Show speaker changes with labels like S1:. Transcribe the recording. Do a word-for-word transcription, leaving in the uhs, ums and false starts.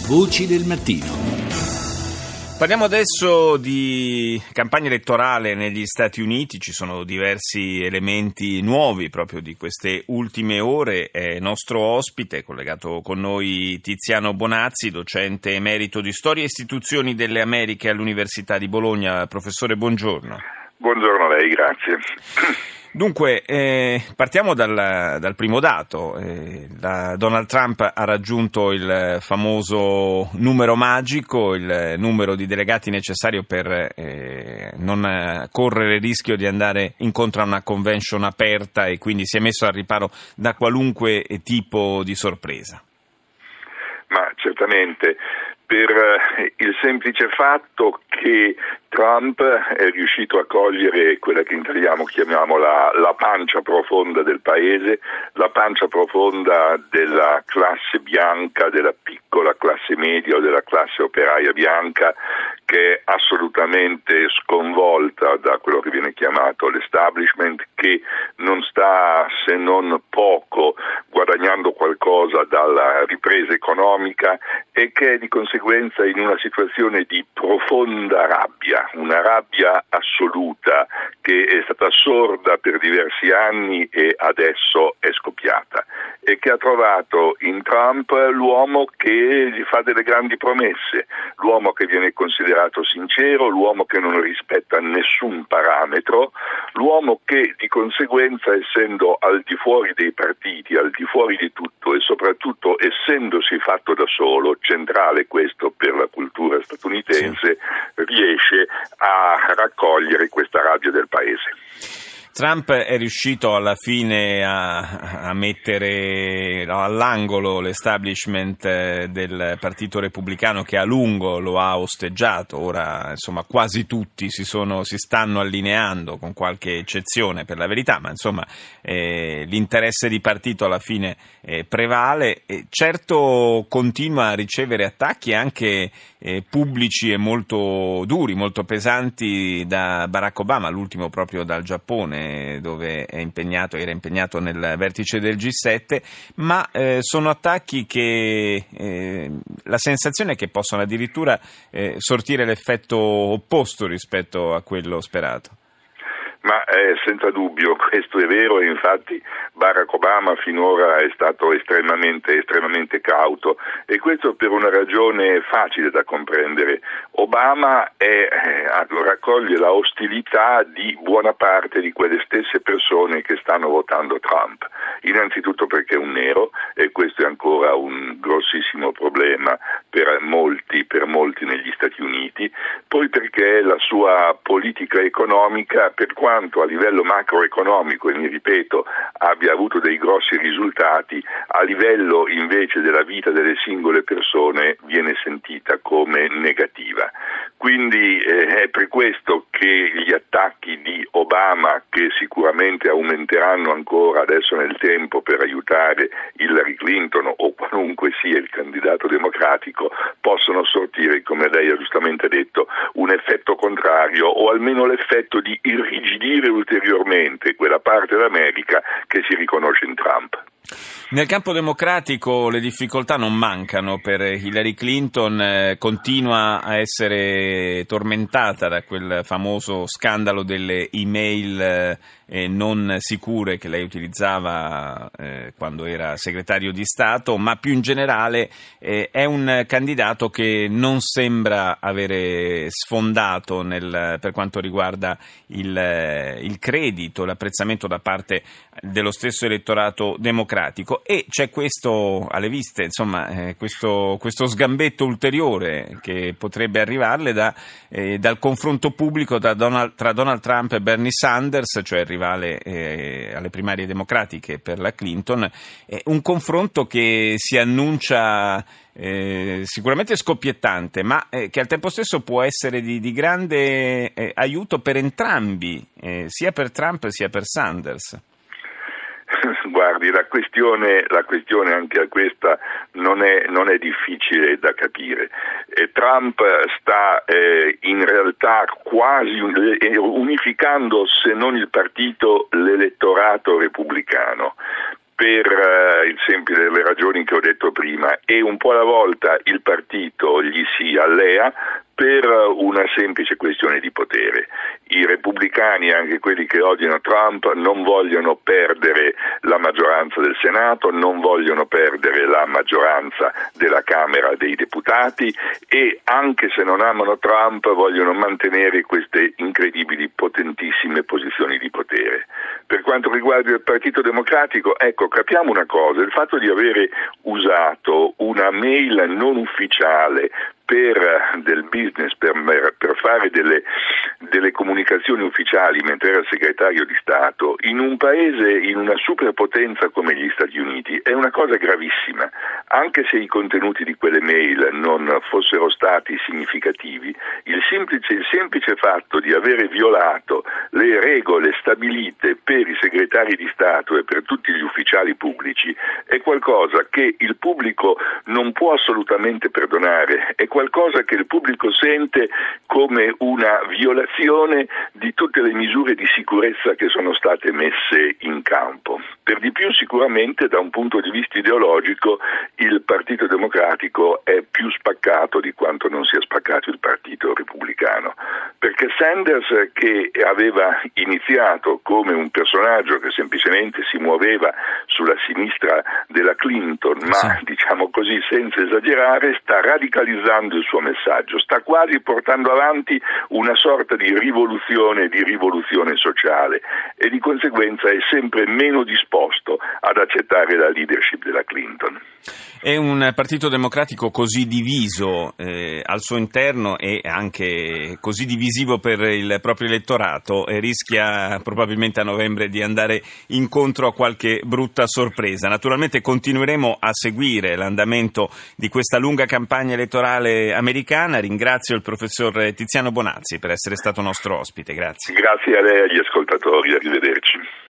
S1: Voci del mattino.
S2: Parliamo adesso di campagna elettorale negli Stati Uniti. Ci sono diversi elementi nuovi proprio di queste ultime ore. È nostro ospite, collegato con noi, Tiziano Bonazzi, docente emerito di Storia e Istituzioni delle Americhe all'Università di Bologna. Professore, buongiorno.
S3: Buongiorno a lei, grazie.
S2: Dunque, eh, partiamo dal, dal primo dato. Eh, la, Donald Trump ha raggiunto il famoso numero magico, il numero di delegati necessario per eh, non correre il rischio di andare incontro a una convention aperta, e quindi si è messo al riparo da qualunque tipo di sorpresa.
S3: Ma certamente, per il semplice fatto che Trump è riuscito a cogliere quella che in italiano chiamiamo la, la pancia profonda del paese, la pancia profonda della classe bianca, della piccola classe media o della classe operaia bianca, che è assolutamente sconvolta da quello che viene chiamato l'establishment, che non sta, se non poco, guadagnando qualcosa dalla ripresa economica e che è di conseguenza in una situazione di profonda rabbia, una rabbia assoluta che è stata sorda per diversi anni e adesso è scoppiata, e che ha trovato in Trump l'uomo che gli fa delle grandi promesse, l'uomo che viene considerato sincero, l'uomo che non rispetta nessun parametro, l'uomo che di conseguenza, essendo al di fuori dei partiti, al di fuori di tutto e soprattutto essendosi fatto da solo, centrale questo per la cultura statunitense, sì, riesce a raccogliere questa rabbia del paese.
S2: Trump è riuscito alla fine a, a mettere all'angolo l'establishment del Partito Repubblicano, che a lungo lo ha osteggiato. Ora, insomma, quasi tutti si, sono, si stanno allineando, con qualche eccezione per la verità, ma insomma eh, l'interesse di partito alla fine eh, prevale. E certo continua a ricevere attacchi anche eh, pubblici e molto duri, molto pesanti da Barack Obama, l'ultimo proprio dal Giappone, dove è impegnato, era impegnato nel vertice del G sette, ma eh, sono attacchi che eh, la sensazione è che possono addirittura eh, sortire l'effetto opposto rispetto a quello sperato.
S3: Ma eh, senza dubbio questo è vero, e infatti Barack Obama finora è stato estremamente, estremamente cauto, e questo per una ragione facile da comprendere. Obama è, eh, raccoglie la ostilità di buona parte di quelle stesse persone che stanno votando Trump, innanzitutto perché è un nero, e questo è ancora un grossissimo problema per molti, per molti negli Stati Uniti, poi perché la sua politica economica, per quanto a livello macroeconomico, e mi ripeto, abbia avuto dei grossi risultati, a livello invece della vita delle singole persone viene sentita come negativa. Quindi eh, è per questo che gli attacchi di Obama, che sicuramente aumenteranno ancora adesso nel tempo per aiutare Hillary Clinton o qualunque sia il candidato democratico, possono sortire, come lei ha giustamente detto, un effetto contrario, o almeno l'effetto di irrigidire ulteriormente quella parte d'America che si riconosce in Trump.
S2: Nel campo democratico le difficoltà non mancano per Hillary Clinton, eh, continua a essere tormentata da quel famoso scandalo delle email eh, non sicure che lei utilizzava eh, quando era segretario di Stato, ma più in generale eh, è un candidato che non sembra avere sfondato nel, per quanto riguarda il, il credito, l'apprezzamento da parte dello stesso elettorato democratico. E c'è questo alle viste, insomma, eh, questo, questo sgambetto ulteriore che potrebbe arrivarle da, eh, dal confronto pubblico da Donald, tra Donald Trump e Bernie Sanders, cioè il rivale eh, alle primarie democratiche per la Clinton, eh, un confronto che si annuncia eh, sicuramente scoppiettante, ma eh, che al tempo stesso può essere di, di grande eh, aiuto per entrambi, eh, sia per Trump sia per Sanders.
S3: Guardi, la questione, la questione anche a questa non è, non è difficile da capire. Eh, Trump sta eh, in realtà quasi unificando, se non il partito, l'elettorato repubblicano, per uh, il semplice le ragioni che ho detto prima, e un po' alla volta il partito gli si allea per una semplice questione di potere. I repubblicani, anche quelli che odiano Trump, non vogliono perdere la maggioranza del Senato, non vogliono perdere la maggioranza della Camera dei Deputati, e anche se non amano Trump vogliono mantenere queste incredibili, potentissime posizioni di potere. Per quanto riguarda il Partito Democratico, ecco, capiamo una cosa: il fatto di avere usato una mail non ufficiale per del business, per, per fare delle, delle comunicazioni ufficiali mentre era segretario di Stato in un paese, in una superpotenza come gli Stati Uniti, è una cosa gravissima. Anche se i contenuti di quelle mail non fossero stati significativi, il semplice, il semplice fatto di avere violato le regole stabilite per i segretari di Stato e per tutti gli ufficiali pubblici è qualcosa che il pubblico non può assolutamente perdonare, è qualcosa che il pubblico sente come una violazione di tutte le misure di sicurezza che sono state messe in campo. Per di più, sicuramente da un punto di vista ideologico il Partito Democratico è più spaccato di quanto non sia spaccato il Partito Repubblicano, perché Sanders, che aveva iniziato come un personaggio che semplicemente si muoveva sulla sinistra della Clinton, ma sì, diciamo così senza esagerare, sta radicalizzando il suo messaggio, sta quasi portando avanti una sorta di rivoluzione, di rivoluzione sociale, e di conseguenza è sempre meno disposto ad accettare la leadership della Clinton.
S2: È un Partito Democratico così diviso eh, al suo interno e anche così divisivo per il proprio elettorato, e rischia probabilmente a novembre di andare incontro a qualche brutta sorpresa. Naturalmente continueremo a seguire l'andamento di questa lunga campagna elettorale americana. Ringrazio il professor Tiziano Bonazzi per essere stato nostro ospite. Grazie.
S3: Grazie a lei e agli ascoltatori. Arrivederci.